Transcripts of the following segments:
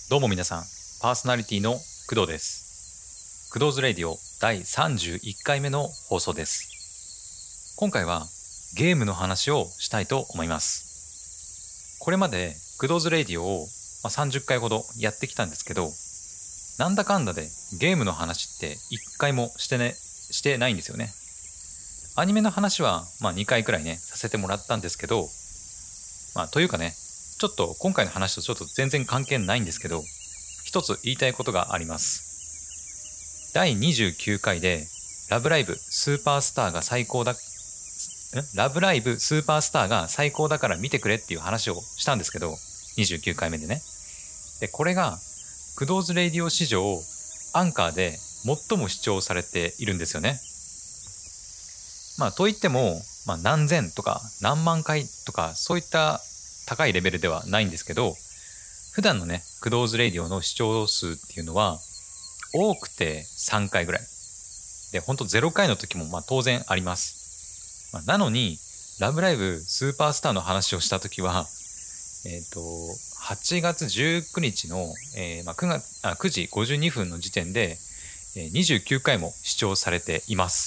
どうも皆さん、パーソナリティの工藤です。工藤ズレイディオ第31回目の放送です。今回はゲームの話をしたいと思います。これまで工藤ズレイディオを30回ほどやってきたんですけど、なんだかんだでゲームの話って1回もしてないんですよね。アニメの話は2回くらいね、させてもらったんですけど、というかね、ちょっと今回の話とちょっと全然関係ないんですけど、一つ言いたいことがあります。第29回でラブライブスーパースターが最高だ、ラブライブスーパースターが最高だから見てくれっていう話をしたんですけど、29回目でね。で、これがクドーズレイディオ史上アンカーで最も視聴されているんですよね。といっても、何千とか何万回とかそういった高いレベルではないんですけど、普段のね、クドーズレイディオの視聴数っていうのは、多くて3回ぐらい。で、ほんと0回の時も当然あります。なのに、ラブライブスーパースターの話をした時は、8月19日の、9時52分の時点で、29回も視聴されています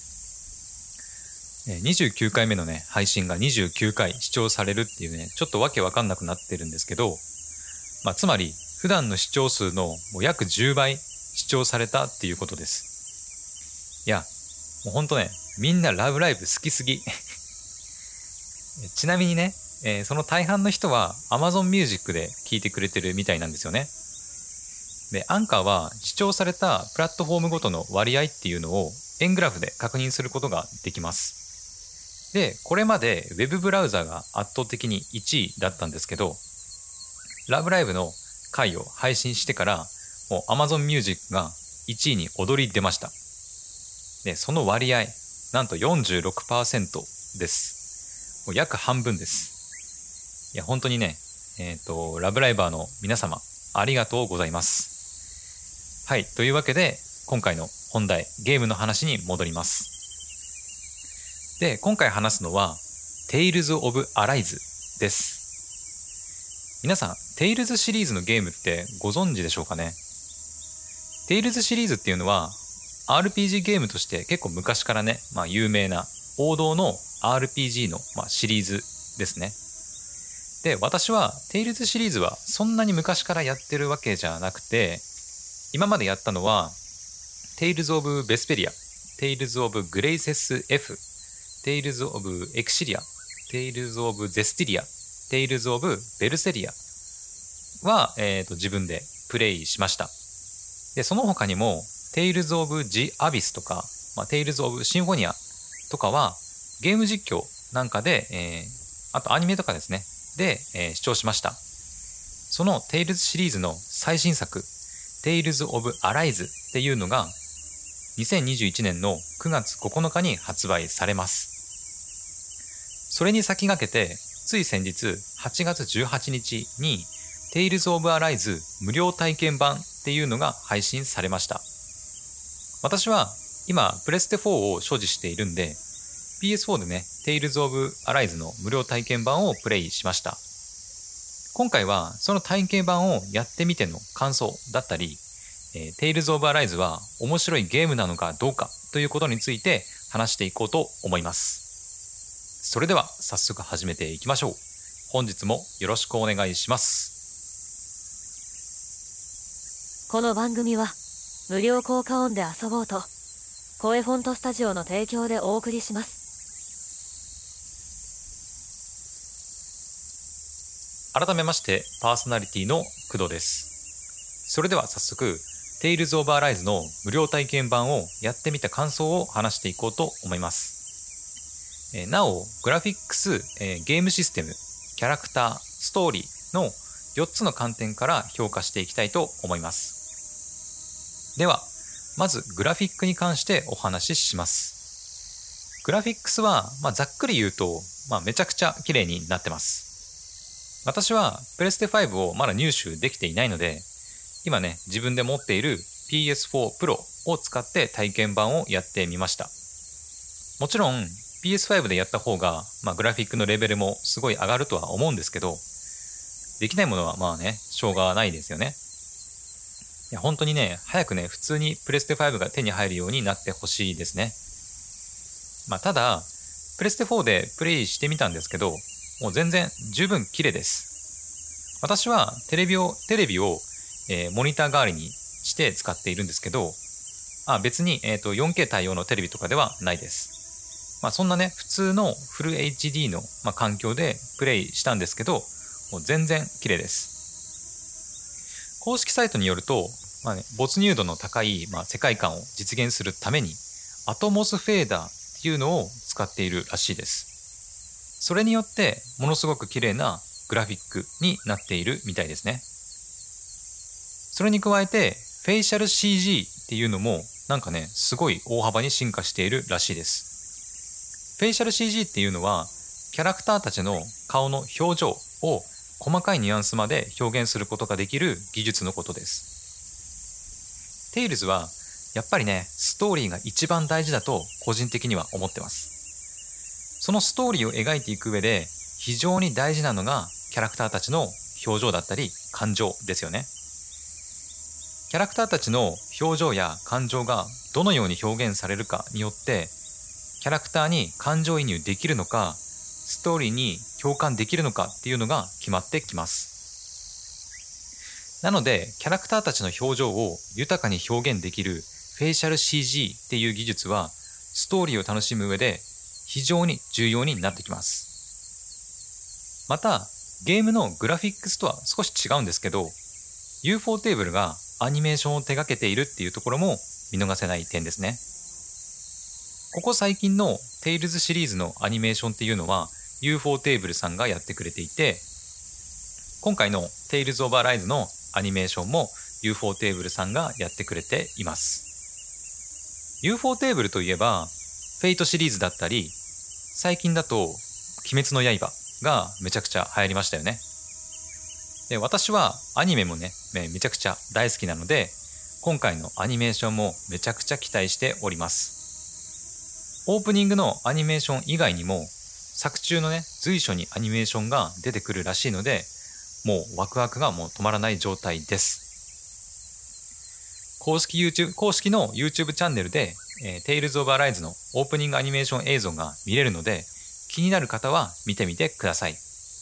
。29回目のね、配信が29回視聴されるっていうね、ちょっとわけわかんなくなってるんですけど、つまり普段の視聴数のもう約10倍視聴されたっていうことです。いや、もうほんとね、みんなラブライブ好きすぎ。ちなみにね、その大半の人は Amazon Music で聴いてくれてるみたいなんですよね。で、アンカーは視聴されたプラットフォームごとの割合っていうのを円グラフで確認することができます。で、これまで Web ブラウザが圧倒的に1位だったんですけど、ラブライブの回を配信してからもう Amazon Music が1位に躍り出ました。で、その割合なんと 46% です。もう約半分です。いや本当にね、ラブライバーの皆様ありがとうございます。はい、というわけで今回の本題ゲームの話に戻ります。で、今回話すのは Tales of Arise です。皆さん、Tales シリーズのゲームってご存知でしょうかね。Tales シリーズっていうのは RPG ゲームとして結構昔からね、有名な王道の RPG の、シリーズですね。で、私は Tales シリーズはそんなに昔からやってるわけじゃなくて、今までやったのは Tales of Vesperia、Tales of Graces F、Tales of Exilia、Tales of Zestiria、Tales of Berseriaは、自分でプレイしました。で、その他にも Tales of the Abyss とか、Tales of Symphonia とかはゲーム実況なんかで、あとアニメとかですねで、視聴しました。その Tales シリーズの最新作 Tales of Arise っていうのが2021年の9月9日に発売されます。それに先駆けてつい先日8月18日に Tales of Arise 無料体験版っていうのが配信されました。私は今プレステ4を所持しているんで PS4 でね Tales of Arise の無料体験版をプレイしました。今回はその体験版をやってみての感想だったり、Tales of Arise は面白いゲームなのかどうかということについて話していこうと思います。それでは早速始めていきましょう。本日もよろしくお願いします。 この番組は無料効果音で遊ぼうと声フォントスタジオの提供でお送りします。 改めましてパーソナリティの工藤です。それでは早速 Tales of Arise の無料体験版をやってみた感想を話していこうと思います。なおグラフィックス、ゲームシステム、キャラクター、ストーリーの4つの観点から評価していきたいと思います。ではまずグラフィックに関してお話しします。グラフィックスは、ざっくり言うと、めちゃくちゃ綺麗になってます。私はプレステ5をまだ入手できていないので、今ね自分で持っている PS4 Pro を使って体験版をやってみました。もちろん PS5 でやった方が、グラフィックのレベルもすごい上がるとは思うんですけど、できないものはしょうがないですよね。 や本当にね、早くね、普通にプレステ5が手に入るようになってほしいですね。ただプレステ4でプレイしてみたんですけど、もう全然十分綺麗です。私はテレビを、モニター代わりにして使っているんですけど、別に、4K 対応のテレビとかではないです。そんなね、普通のフル HD の、環境でプレイしたんですけど、もう全然綺麗です。公式サイトによると、没入度の高い、世界観を実現するためにアトモスフェーダーっていうのを使っているらしいです。それによってものすごく綺麗なグラフィックになっているみたいですね。それに加えてフェイシャル CG っていうのもなんかね、すごい大幅に進化しているらしいです。フェイシャル CG っていうのはキャラクターたちの顔の表情を細かいニュアンスまで表現することができる技術のことです。テイルズはやっぱりね、ストーリーが一番大事だと個人的には思ってます。そのストーリーを描いていく上で非常に大事なのがキャラクターたちの表情だったり感情ですよね。キャラクターたちの表情や感情がどのように表現されるかによってキャラクターに感情移入できるのか、ストーリーに共感できるのかっていうのが決まってきます。なのでキャラクターたちの表情を豊かに表現できるフェイシャル CG っていう技術はストーリーを楽しむ上で非常に重要になってきます。またゲームのグラフィックスとは少し違うんですけど、 UFO テーブルがアニメーションを手掛けているっていうところも見逃せない点ですね。ここ最近のテイルズシリーズのアニメーションっていうのは UFO テーブルさんがやってくれていて、今回のテイルズオブアライズのアニメーションも UFO テーブルさんがやってくれています。 UFO テーブルといえばフェイトシリーズだったり、最近だと鬼滅の刃がめちゃくちゃ流行りましたよね。で、私はアニメもね、めちゃくちゃ大好きなので、今回のアニメーションもめちゃくちゃ期待しております。オープニングのアニメーション以外にも作中のね、随所にアニメーションが出てくるらしいので、もうワクワクがもう止まらない状態です。公式の YouTube チャンネルで、Tales of Arise のオープニングアニメーション映像が見れるので、気になる方は見てみてください。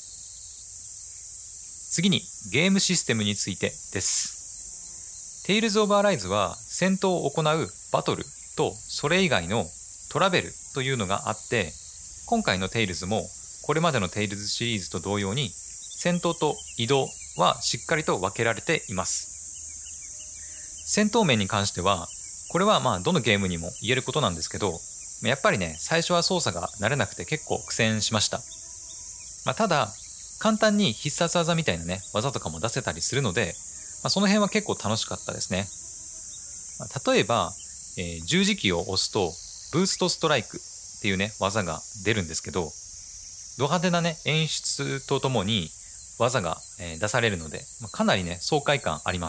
次にゲームシステムについてです。Tales of Arise は戦闘を行うバトルとそれ以外のトラベルというのがあって、今回の Tales もこれまでの Tales シリーズと同様に戦闘と移動はしっかりと分けられています。戦闘面に関してはこれはどのゲームにも言えることなんですけど、やっぱりね、最初は操作が慣れなくて結構苦戦しました。ただ簡単に必殺技みたいなね、技とかも出せたりするので、その辺は結構楽しかったですね。例えば、十字キーを押すとブーストストライクっていうね、技が出るんですけど、ド派手なね、演出とともに技が出されるので、かなりね、爽快感あります。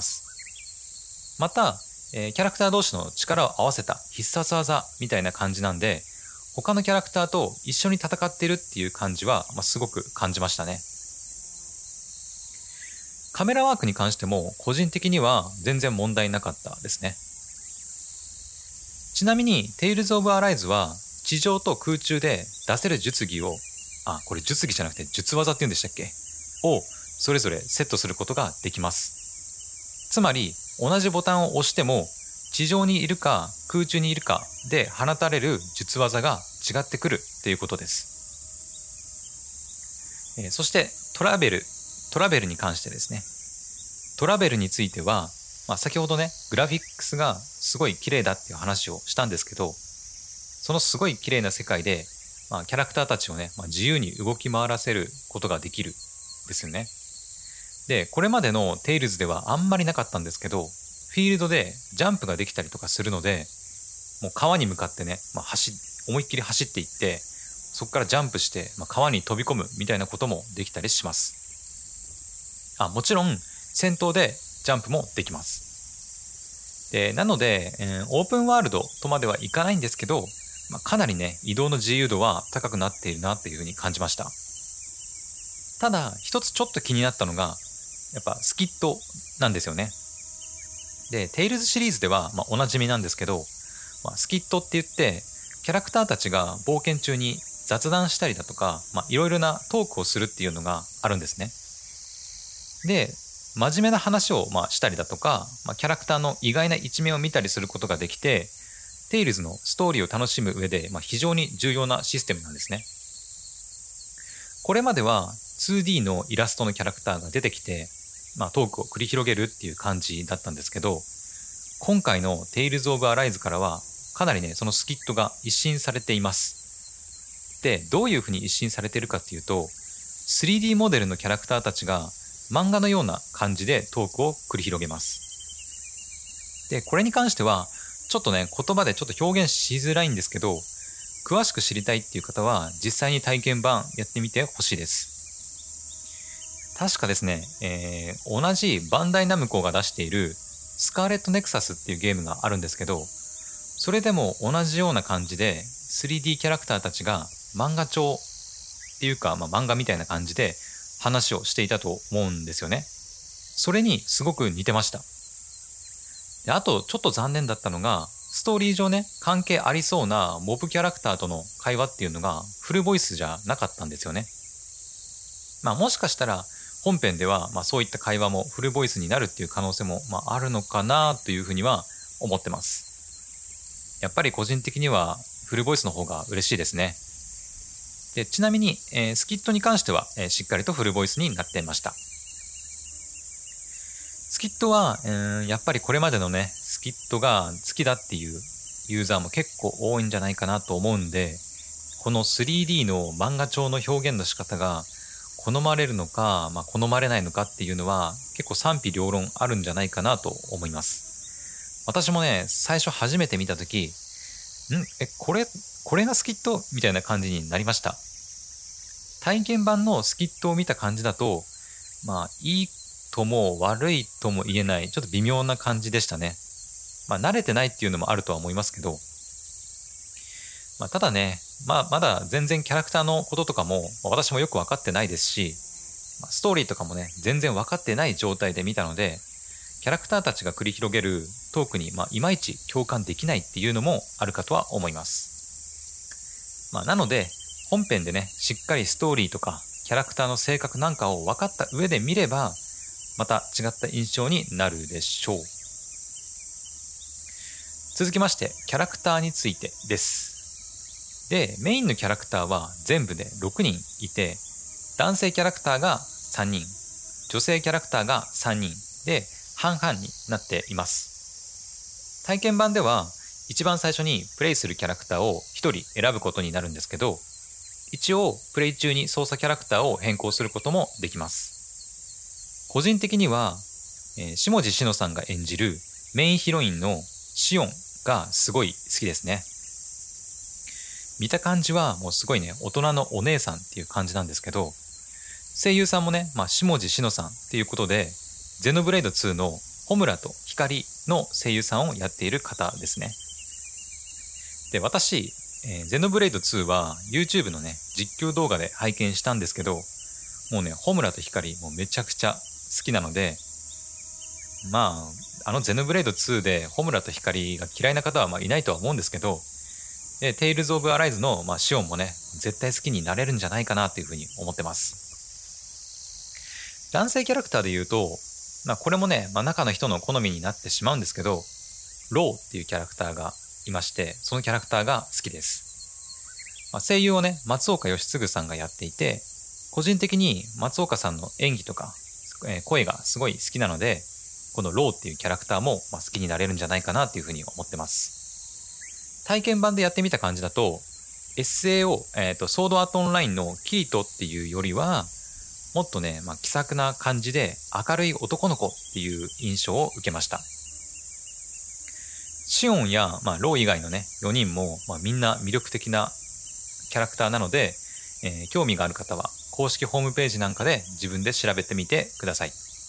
また、キャラクター同士の力を合わせた必殺技みたいな感じなんで、他のキャラクターと一緒に戦ってるっていう感じは、すごく感じましたね。カメラワークに関しても個人的には全然問題なかったですね。ちなみに Tales of Arise は地上と空中で出せる術技を、これ術技じゃなくて術技って言うんでしたっけをそれぞれセットすることができます。つまり同じボタンを押しても地上にいるか空中にいるかで放たれる術技が違ってくるということです。そしてトラベルに関してですね。トラベルについては、先ほどね、グラフィックスがすごい綺麗だっていう話をしたんですけど、そのすごい綺麗な世界で、キャラクターたちをね、自由に動き回らせることができるですよね。で、これまでのテイルズではあんまりなかったんですけど、フィールドでジャンプができたりとかするので、もう川に向かってね、思いっきり走っていって、そこからジャンプして、川に飛び込むみたいなこともできたりします。もちろん戦闘でジャンプもできます。で、なので、オープンワールドとまではいかないんですけど、かなりね、移動の自由度は高くなっているなというふうに感じました。ただ一つちょっと気になったのがやっぱスキットなんですよね。 でテイルズシリーズでは、おなじみなんですけど、スキットって言ってキャラクターたちが冒険中に雑談したりだとか、いろいろなトークをするっていうのがあるんですね。で真面目な話をしたりだとか、キャラクターの意外な一面を見たりすることができて、テイルズのストーリーを楽しむ上で、非常に重要なシステムなんですね。これまでは 2D のイラストのキャラクターが出てきて、トークを繰り広げるっていう感じだったんですけど、今回のテイルズ・オブ・アライズからはかなりねそのスキットが一新されています。でどういうふうに一新されているかっていうと、 3D モデルのキャラクターたちが漫画のような感じでトークを繰り広げます。でこれに関してはちょっとね言葉でちょっと表現しづらいんですけど、詳しく知りたいっていう方は実際に体験版やってみてほしいです。確かですね、同じバンダイナムコが出しているスカーレットネクサスっていうゲームがあるんですけど、それでも同じような感じで 3D キャラクターたちが漫画調っていうか、漫画みたいな感じで話をしていたと思うんですよね。それにすごく似てました。であとちょっと残念だったのが、ストーリー上ね関係ありそうなモブキャラクターとの会話っていうのがフルボイスじゃなかったんですよね。もしかしたら本編ではそういった会話もフルボイスになるっていう可能性もあるのかなというふうには思ってます。やっぱり個人的にはフルボイスの方が嬉しいですね。でちなみに、スキットに関しては、しっかりとフルボイスになっていました。スキットは、やっぱりこれまでのねスキットが好きだっていうユーザーも結構多いんじゃないかなと思うんで、この 3D の漫画調の表現の仕方が好まれるのか、好まれないのかっていうのは結構賛否両論あるんじゃないかなと思います。私もね最初初めて見た時これがスキットみたいな感じになりました。体験版のスキットを見た感じだといいとも悪いとも言えないちょっと微妙な感じでしたね。慣れてないっていうのもあるとは思いますけど、ただねまだ全然キャラクターのこととかも私もよく分かってないですし、ストーリーとかもね全然分かってない状態で見たので、キャラクターたちが繰り広げるトークにいまいち共感できないっていうのもあるかとは思います。なので本編でねしっかりストーリーとかキャラクターの性格なんかを分かった上で見ればまた違った印象になるでしょう。続きましてキャラクターについてです。でメインのキャラクターは全部で6人いて、男性キャラクターが3人、女性キャラクターが3人で半々になっています。体験版では一番最初にプレイするキャラクターを1人選ぶことになるんですけど、一応プレイ中に操作キャラクターを変更することもできます。個人的には、下地志乃さんが演じるメインヒロインのシオンがすごい好きですね。見た感じはもうすごいね大人のお姉さんっていう感じなんですけど、声優さんもね、下地志乃さんっていうことでゼノブレイド2の穂村と光の声優さんをやっている方ですね。で私、ゼノブレイド2は YouTube のね実況動画で拝見したんですけど、もうね穂村と光もうめちゃくちゃ好きなので、あのゼノブレイド2で穂村と光が嫌いな方はいないとは思うんですけど、でテイルズ・オブ・アライズの、シオンもね絶対好きになれるんじゃないかなというふうに思ってます。男性キャラクターで言うと、これもね、中の人の好みになってしまうんですけど、ローっていうキャラクターがいまして、そのキャラクターが好きです。声優をね松岡義嗣さんがやっていて、個人的に松岡さんの演技とか、声がすごい好きなので、このローっていうキャラクターも好きになれるんじゃないかなというふうに思ってます。体験版でやってみた感じだと SAO、ソードアートオンラインのキリトっていうよりはもっとね、気さくな感じで明るい男の子っていう印象を受けました。シオンや、ロー以外のね4人も、みんな魅力的なキャラクターなので、興味がある方は公式ホームページなんかで自分で調べてみてください。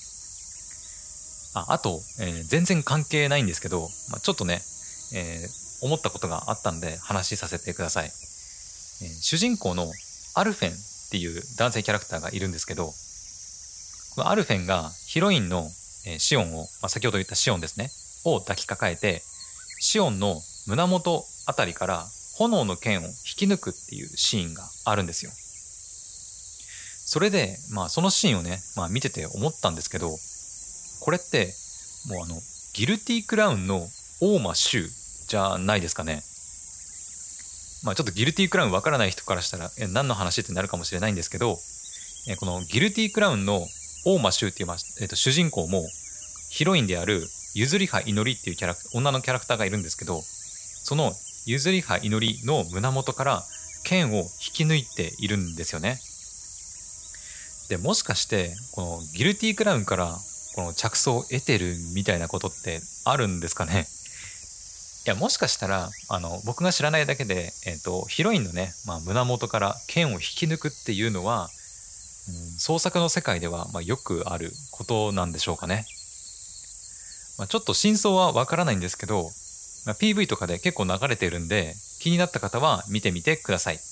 あと、全然関係ないんですけど、ちょっとね、思ったことがあったんで話しさせてください。主人公のアルフェンっていう男性キャラクターがいるんですけど、このアルフェンがヒロインのシオンを、先ほど言ったシオンですねを抱きかかえて、シオンの胸元あたりから炎の剣を引き抜くっていうシーンがあるんですよ。それで、そのシーンをね、見てて思ったんですけど、これってもうギルティクラウンの大間衆じゃないですかね。ちょっとギルティクラウンわからない人からしたら何の話ってなるかもしれないんですけど、このギルティクラウンの大間衆っていう、主人公もヒロインであるゆずりは祈りっていう女のキャラクターがいるんですけど、そのゆずりは祈りの胸元から剣を引き抜いているんですよね。でもしかしてこのギルティクラウンからこの着想を得てるみたいなことってあるんですかね。いや、もしかしたら僕が知らないだけで、ヒロインのね、胸元から剣を引き抜くっていうのは、創作の世界ではよくあることなんでしょうかね。ちょっと真相はわからないんですけど、PV とかで結構流れてるんで、気になった方は見てみてください。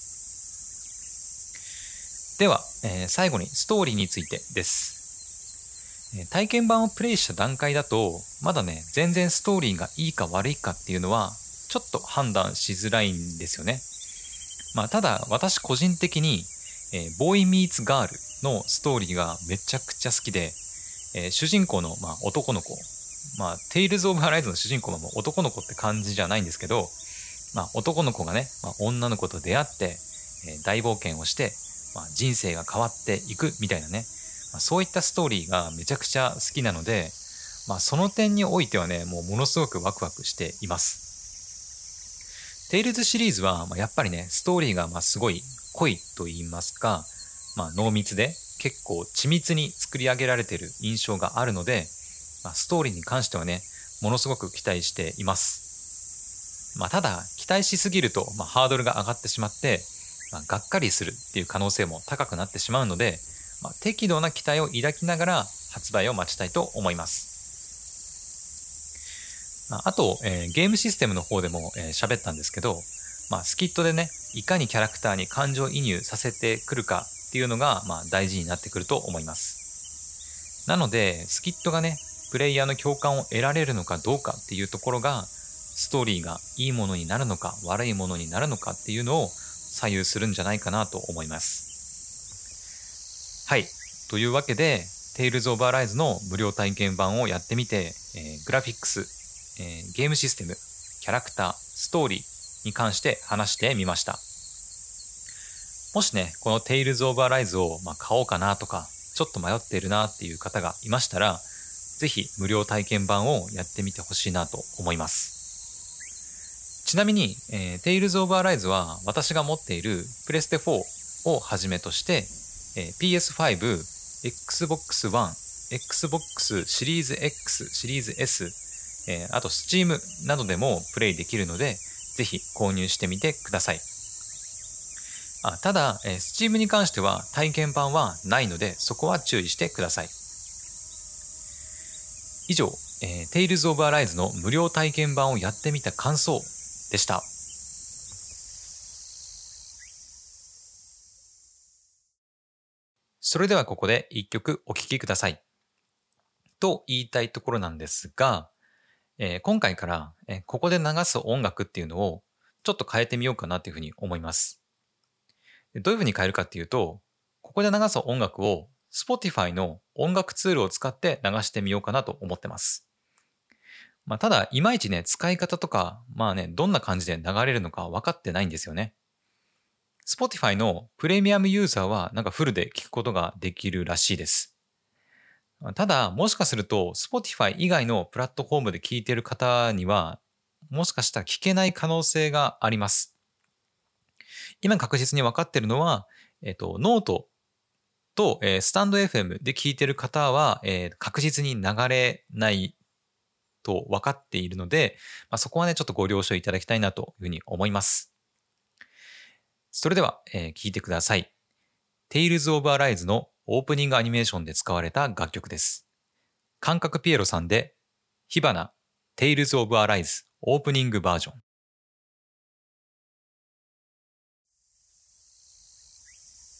では、最後にストーリーについてです。体験版をプレイした段階だと、まだね、全然ストーリーがいいか悪いかっていうのは、ちょっと判断しづらいんですよね。ただ、私個人的に、ボーイミーツガールのストーリーがめちゃくちゃ好きで、主人公の、男の子、テイルズ・オブ・アライズの主人公も男の子って感じじゃないんですけど、男の子がね、女の子と出会って、大冒険をして、人生が変わっていくみたいなね、そういったストーリーがめちゃくちゃ好きなので、その点においてはね、もうものすごくワクワクしています。テイルズシリーズは、やっぱりね、ストーリーがすごい濃いと言いますか、濃密で結構緻密に作り上げられている印象があるので、ストーリーに関してはね、ものすごく期待しています。ただ、期待しすぎると、ハードルが上がってしまって、がっかりするっていう可能性も高くなってしまうので、適度な期待を抱きながら発売を待ちたいと思います。あと、ゲームシステムの方でも喋ったんですけど、スキットでね、いかにキャラクターに感情移入させてくるかっていうのが、大事になってくると思います。なので、スキットがね、プレイヤーの共感を得られるのかどうかっていうところが、ストーリーがいいものになるのか悪いものになるのかっていうのを左右するんじゃないかなと思います。はい。というわけで、Tales of Arise の無料体験版をやってみて、グラフィックス、ゲームシステム、キャラクター、ストーリーに関して話してみました。もしね、この Tales of Arise を買おうかなとか、ちょっと迷っているなっていう方がいましたら、ぜひ無料体験版をやってみてほしいなと思います。ちなみに、Tales of Arise は私が持っているプレステ4をはじめとして、PS5、Xbox One、Xbox シリーズ X、シリーズ S、あと Steam などでもプレイできるので、ぜひ購入してみてください。ただ、Steam に関しては体験版はないので、そこは注意してください。以上、Tales of Arise の無料体験版をやってみた感想でした。それではここで一曲お聴きください。と言いたいところなんですが、今回から、ここで流す音楽っていうのをちょっと変えてみようかなというふうに思います。どういうふうに変えるかっていうと、ここで流す音楽を Spotify の音楽ツールを使って流してみようかなと思ってます。ただ、いまいちね、使い方とか、どんな感じで流れるのか分かってないんですよね。Spotify のプレミアムユーザーはフルで聞くことができるらしいです。ただ、もしかすると Spotify 以外のプラットフォームで聞いている方には、もしかしたら聞けない可能性があります。今確実に分かっているのは、ノートと、スタンド FM で聞いている方は、確実に流れないと分かっているので、そこはね、ちょっとご了承いただきたいなというふうに思います。それでは、聞いてください。Tales of Arise のオープニングアニメーションで使われた楽曲です。感覚ピエロさんで、火花 Tales of Arise オープニングバージョン。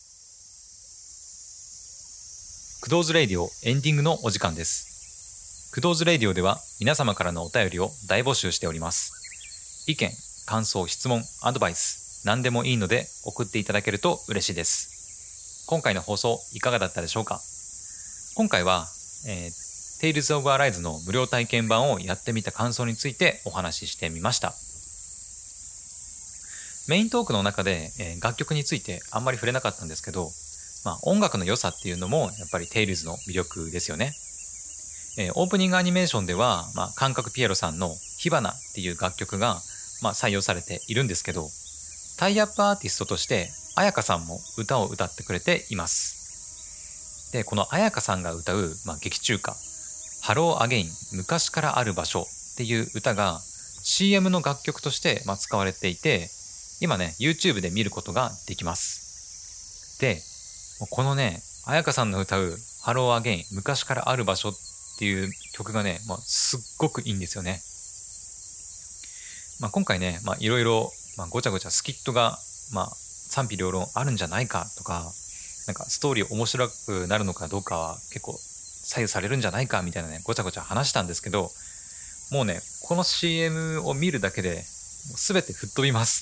クドーズレイディオエンディングのお時間です。 クドーズレイディオでは皆様からのお便りを大募集しております。意見、感想、質問、アドバイス、何でもいいので送っていただけると嬉しいです。今回の放送いかがだったでしょうか。今回は、Tales of Arise の無料体験版をやってみた感想についてお話ししてみました。メイントークの中で、楽曲についてあんまり触れなかったんですけど、音楽の良さっていうのもやっぱり Tales の魅力ですよね。オープニングアニメーションでは、感覚ピエロさんの火花っていう楽曲が、採用されているんですけど、タイアップアーティストとして彩香さんも歌を歌ってくれています。で、この彩香さんが歌う、劇中歌ハローアゲイン昔からある場所っていう歌が CM の楽曲として、使われていて、今ね YouTube で見ることができます。で、このね彩香さんの歌うハローアゲイン昔からある場所っていう曲がね、すっごくいいんですよね。今回ね、いろいろ、ごちゃごちゃスキットが、賛否両論あるんじゃないかとか、なんかストーリー面白くなるのかどうかは結構左右されるんじゃないかみたいなね、ごちゃごちゃ話したんですけど、もうね、この CM を見るだけで、全て吹っ飛びます。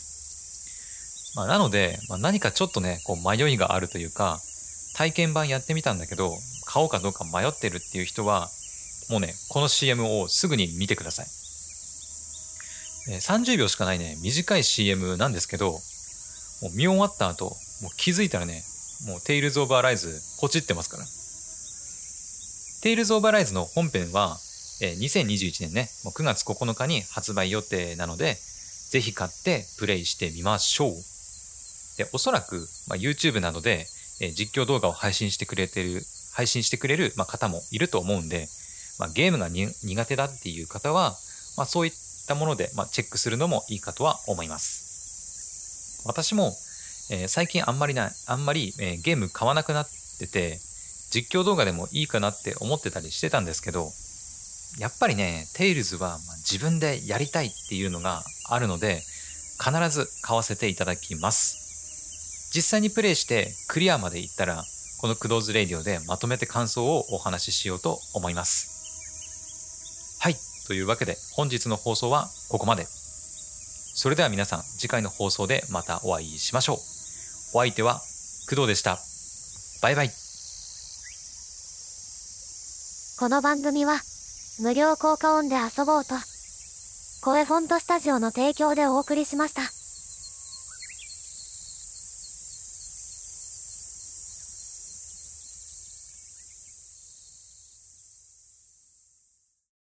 なので、何かちょっとね、こう迷いがあるというか、体験版やってみたんだけど、買おうかどうか迷ってるっていう人は、もうね、この CM をすぐに見てください。30秒しかないね、短い CM なんですけど、もう見終わった後、もう気づいたらね、もう Tales of Arise ポチってますから。Tales of Arise の本編は、2021年ね、もう9月9日に発売予定なので、ぜひ買ってプレイしてみましょう。で、おそらく、YouTube などで、実況動画を配信してくれる、方もいると思うんで、ゲームが苦手だっていう方は、そういったもので、チェックするのもいいかとは思います。私も、最近あんまり、ゲーム買わなくなってて、実況動画でもいいかなって思ってたりしてたんですけど、やっぱりね、Tales は自分でやりたいっていうのがあるので、必ず買わせていただきます。実際にプレイしてクリアまで行ったら、このクドーズレイディオでまとめて感想をお話ししようと思います。はい、というわけで本日の放送はここまで。それでは皆さん、次回の放送でまたお会いしましょう。お相手は工藤でした。バイバイ。 この番組は無料効果音で遊ぼうと声フォントスタジオの提供でお送りしました。